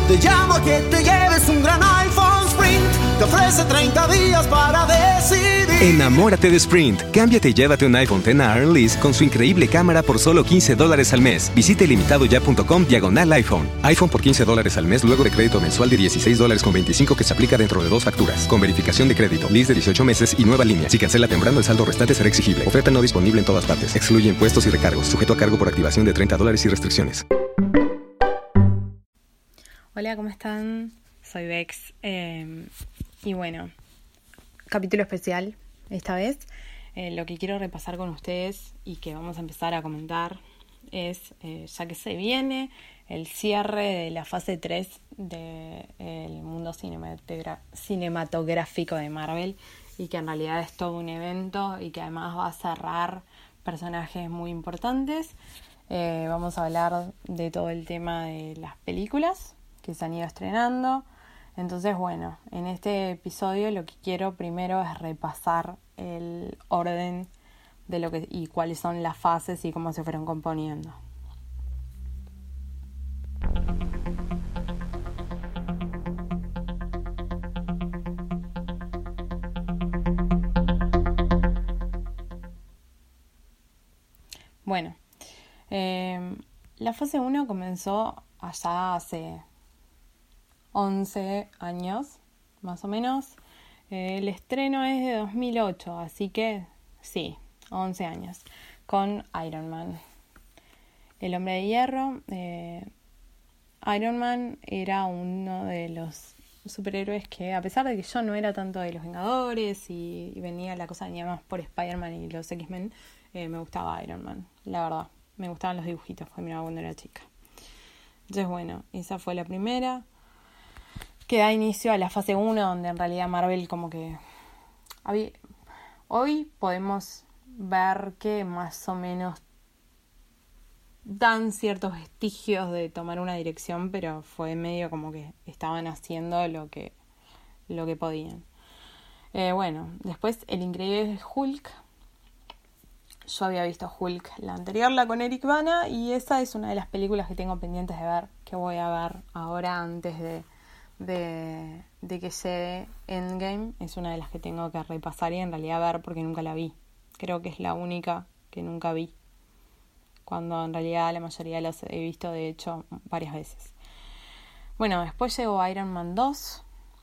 Te llamo a que te lleves un gran iPhone Sprint. Te ofrece 30 días para decidir. Enamórate de Sprint. Cámbiate y llévate un iPhone X a Earn Lease con su increíble cámara por solo $15 al mes. Visite limitadoya.com/iPhone. iPhone por $15 al mes luego de crédito mensual de $16.25 que se aplica dentro de 2 facturas. Con verificación de crédito, lease de 18 meses y nueva línea. Si cancela temprano, el saldo restante será exigible. Oferta no disponible en todas partes. Excluye impuestos y recargos. Sujeto a cargo por activación de $30 y restricciones. Hola, ¿cómo están? Soy Bex. Y bueno, capítulo especial esta vez. Lo que quiero repasar con ustedes y que vamos a empezar a comentar es, ya que se viene el cierre de la fase 3 del mundo cinematográfico de Marvel, y que en realidad es todo un evento y que además va a cerrar personajes muy importantes. Vamos a hablar de todo el tema de las películas que se han ido estrenando. Entonces, bueno, en este episodio lo que quiero primero es repasar el orden de lo que y cuáles son las fases y cómo se fueron componiendo. Bueno, la fase 1 comenzó allá hace 11 años, más o menos. El estreno es de 2008, así que sí, 11 años, con Iron Man. El Hombre de Hierro. Iron Man era uno de los superhéroes que, a pesar de que yo no era tanto de los Vengadores y venía la cosa venía más por Spider-Man y los X-Men, me gustaba Iron Man, la verdad. Me gustaban los dibujitos que miraba cuando era chica. Entonces, bueno, esa fue la primera, que da inicio a la fase 1, donde en realidad Marvel como que... Hoy podemos ver que más o menos dan ciertos vestigios de tomar una dirección, pero fue medio como que estaban haciendo lo que podían. Bueno, después el increíble Hulk. Yo había visto Hulk, la anterior, la con Eric Bana, y esa es una de las películas que tengo pendientes de ver, que voy a ver ahora antes de que llegue Endgame. Es una de las que tengo que repasar y en realidad ver porque nunca la vi. Creo que es la única que nunca vi, cuando en realidad la mayoría las he visto, de hecho, varias veces. Bueno, después llegó Iron Man 2,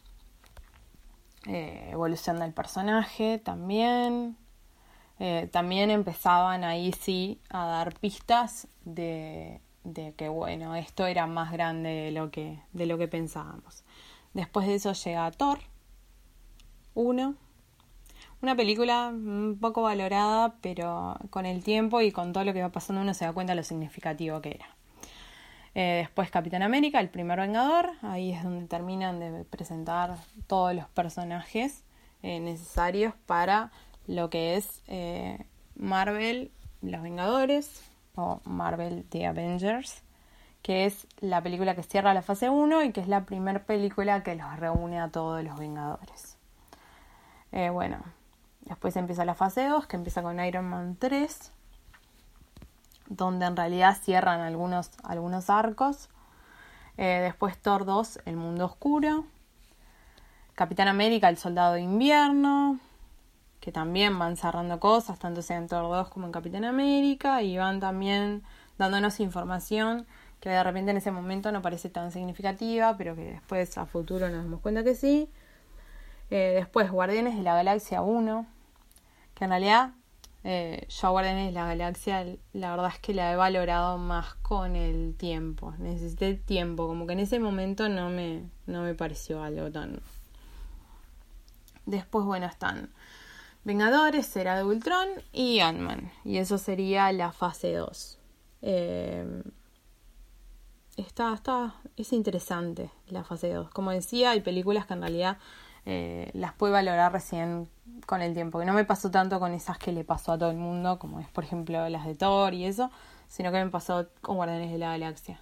evolución del personaje también. También empezaban ahí sí a dar pistas de que bueno, esto era más grande de lo que pensábamos. Después de eso llega Thor 1, una película un poco valorada, pero con el tiempo y con todo lo que va pasando uno se da cuenta de lo significativo que era. Después Capitán América, el primer Vengador. Ahí es donde terminan de presentar todos los personajes necesarios para lo que es Marvel, los Vengadores, o Marvel The Avengers, que es la película que cierra la fase 1 y que es la primera película que los reúne a todos los Vengadores. Bueno, después empieza la fase 2, que empieza con Iron Man 3, donde en realidad cierran algunos arcos. Después Thor 2, El Mundo Oscuro. Capitán América, El Soldado de Invierno, que también van cerrando cosas, tanto sea en Thor 2 como en Capitán América, y van también dándonos información que de repente en ese momento no parece tan significativa, pero que después a futuro nos damos cuenta que sí. Después Guardianes de la Galaxia 1, que en realidad yo a Guardianes de la Galaxia la verdad es que la he valorado más con el tiempo. Necesité tiempo, como que en ese momento no me pareció algo tan... Después, bueno, están Vengadores, Era de Ultron y Ant-Man. Y eso sería la fase 2. Es interesante la fase 2. Como decía, hay películas que en realidad las puedo valorar recién con el tiempo. Que no me pasó tanto con esas que le pasó a todo el mundo, como es por ejemplo las de Thor y eso, sino que me pasó con Guardianes de la Galaxia.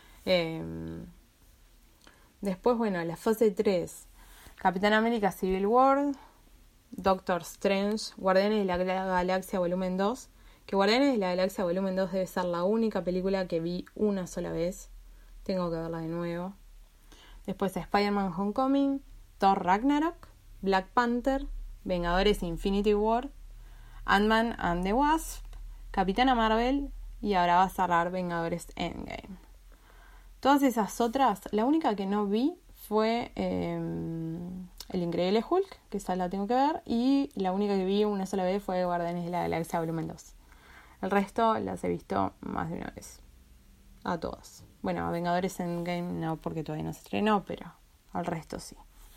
Después, bueno, la fase 3. Capitán América Civil War, Doctor Strange, Guardianes de la Galaxia Volumen 2, que Guardianes de la Galaxia Volumen 2 debe ser la única película que vi una sola vez. Tengo que verla de nuevo. Después Spider-Man Homecoming, Thor Ragnarok, Black Panther, Vengadores Infinity War, Ant-Man and the Wasp, Capitana Marvel y ahora va a cerrar Vengadores Endgame. Todas esas otras, la única que no vi fue El Increíble Hulk, que esa la tengo que ver, y la única que vi una sola vez fue Guardianes de la Galaxia Volumen 2. El resto las he visto más de una vez. A todas. Bueno, a Vengadores Endgame no, porque todavía no se estrenó, pero al resto sí.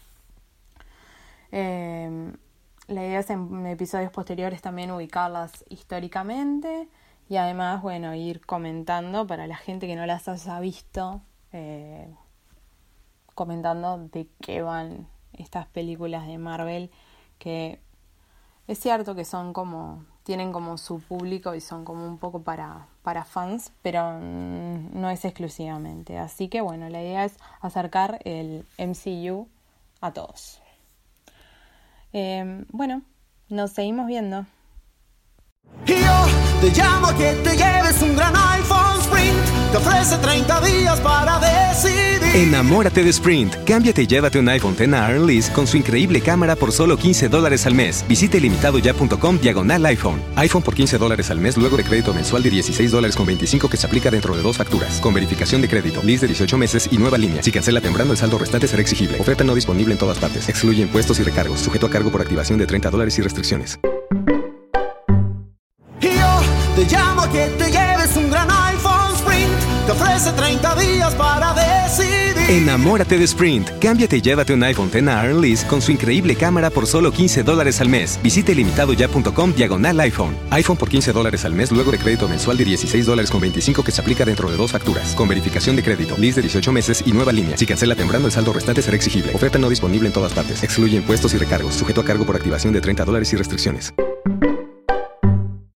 La idea es en episodios posteriores también ubicarlas históricamente y además, bueno, ir comentando para la gente que no las haya visto, comentando de qué van estas películas de Marvel, que es cierto que son como, tienen como su público y son como un poco para fans, pero no es exclusivamente. Así que bueno, la idea es acercar el MCU a todos. Bueno, nos seguimos viendo. Y yo te llamo a que te lleves un gran iPhone Sprint. Te ofrece 30 días para decidir. Enamórate de Sprint. Cámbiate y llévate un iPhone XR Lease con su increíble cámara por solo $15 al mes. Visite limitadoya.com/iPhone. iPhone por $15 al mes luego de crédito mensual de $16.25 que se aplica dentro de 2 facturas. Con verificación de crédito, lease de 18 meses y nueva línea. Si cancela temprano, el saldo restante será exigible. Oferta no disponible en todas partes. Excluye impuestos y recargos. Sujeto a cargo por activación de $30 y restricciones. Te llamo a que te lleves un gran iPhone Sprint. Te ofrece 30 días para decidir. Enamórate de Sprint. Cámbiate y llévate un iPhone XR Lease con su increíble cámara por solo $15 al mes. Visite limitadoya.com/iPhone. iPhone por $15 al mes luego de crédito mensual de $16.25 que se aplica dentro de 2 facturas. Con verificación de crédito, lease de 18 meses y nueva línea. Si cancela temprano, el saldo restante será exigible. Oferta no disponible en todas partes. Excluye impuestos y recargos. Sujeto a cargo por activación de $30 y restricciones.